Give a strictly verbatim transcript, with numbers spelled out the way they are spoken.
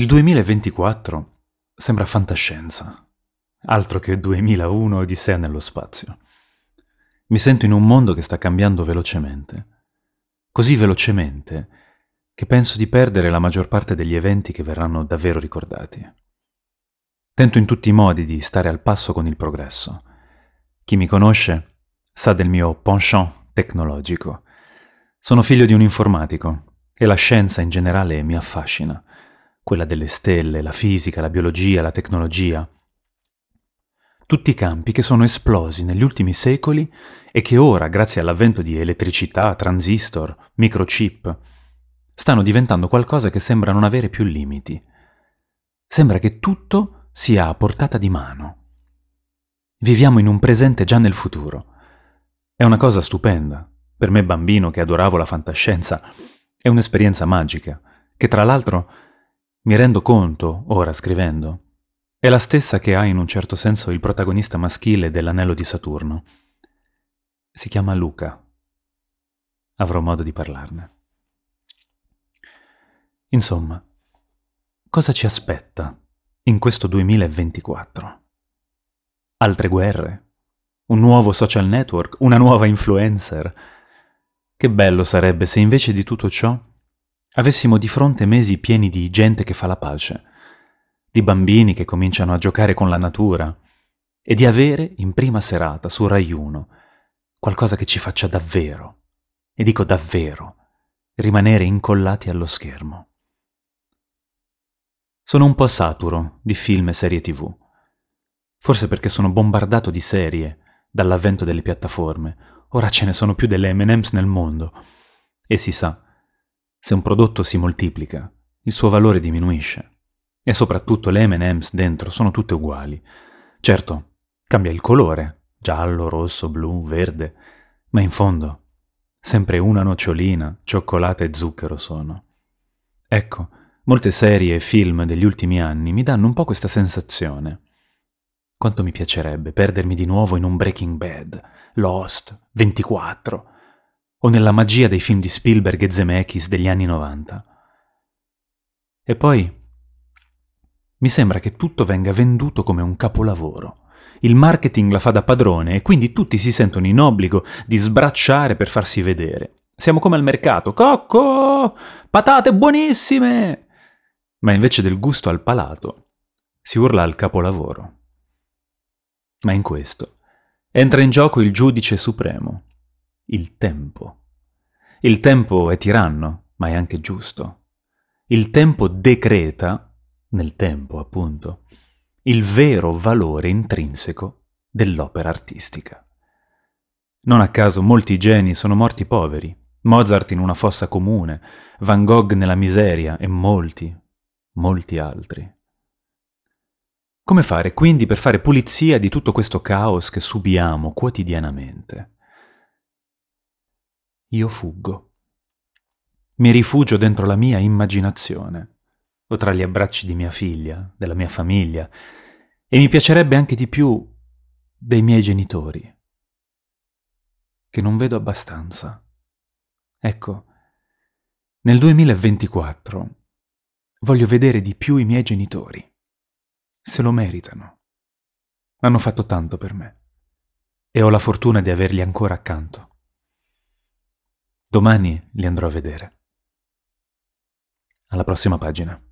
Il duemilaventiquattro sembra fantascienza, altro che duemilauno Odissea nello spazio. Mi sento in un mondo che sta cambiando velocemente, così velocemente che penso di perdere la maggior parte degli eventi che verranno davvero ricordati. Tento in tutti i modi di stare al passo con il progresso. Chi mi conosce sa del mio penchant tecnologico. Sono figlio di un informatico e la scienza in generale mi affascina, quella delle stelle, la fisica, la biologia, la tecnologia. Tutti campi che sono esplosi negli ultimi secoli e che ora, grazie all'avvento di elettricità, transistor, microchip, stanno diventando qualcosa che sembra non avere più limiti. Sembra che tutto sia a portata di mano. Viviamo in un presente già nel futuro. È una cosa stupenda. Per me bambino che adoravo la fantascienza è un'esperienza magica, che tra l'altro mi rendo conto, ora scrivendo, è la stessa che ha in un certo senso il protagonista maschile dell'Anello di Saturno. Si chiama Luca. Avrò modo di parlarne. Insomma, cosa ci aspetta in questo duemilaventiquattro? Altre guerre? Un nuovo social network? Una nuova influencer? Che bello sarebbe se invece di tutto ciò avessimo di fronte mesi pieni di gente che fa la pace, di bambini che cominciano a giocare con la natura e di avere in prima serata su Rai uno qualcosa che ci faccia davvero, e dico davvero, rimanere incollati allo schermo. Sono un po' saturo di film e serie tivù, forse perché sono bombardato di serie dall'avvento delle piattaforme. Ora ce ne sono più delle emme and em's nel mondo e si sa, se un prodotto si moltiplica, il suo valore diminuisce. E soprattutto le emme and em's dentro sono tutte uguali. Certo, cambia il colore, giallo, rosso, blu, verde, ma in fondo sempre una nocciolina, cioccolata e zucchero sono. Ecco, molte serie e film degli ultimi anni mi danno un po' questa sensazione. Quanto mi piacerebbe perdermi di nuovo in un Breaking Bad, Lost, ventiquattro, o nella magia dei film di Spielberg e Zemeckis degli anni novanta. E poi mi sembra che tutto venga venduto come un capolavoro. Il marketing la fa da padrone e quindi tutti si sentono in obbligo di sbracciare per farsi vedere. Siamo come al mercato. Cocco! Patate buonissime! Ma invece del gusto al palato si urla al capolavoro. Ma in questo entra in gioco il giudice supremo, il tempo. Il tempo è tiranno, ma è anche giusto. Il tempo decreta, nel tempo appunto, il vero valore intrinseco dell'opera artistica. Non a caso molti geni sono morti poveri, Mozart in una fossa comune, Van Gogh nella miseria e molti, molti altri. Come fare quindi per fare pulizia di tutto questo caos che subiamo quotidianamente? Io fuggo. Mi rifugio dentro la mia immaginazione, o tra gli abbracci di mia figlia, della mia famiglia, e mi piacerebbe anche di più dei miei genitori, che non vedo abbastanza. Ecco, nel duemilaventiquattro voglio vedere di più i miei genitori. Se lo meritano. Hanno fatto tanto per me e ho la fortuna di averli ancora accanto. Domani li andrò a vedere. Alla prossima pagina.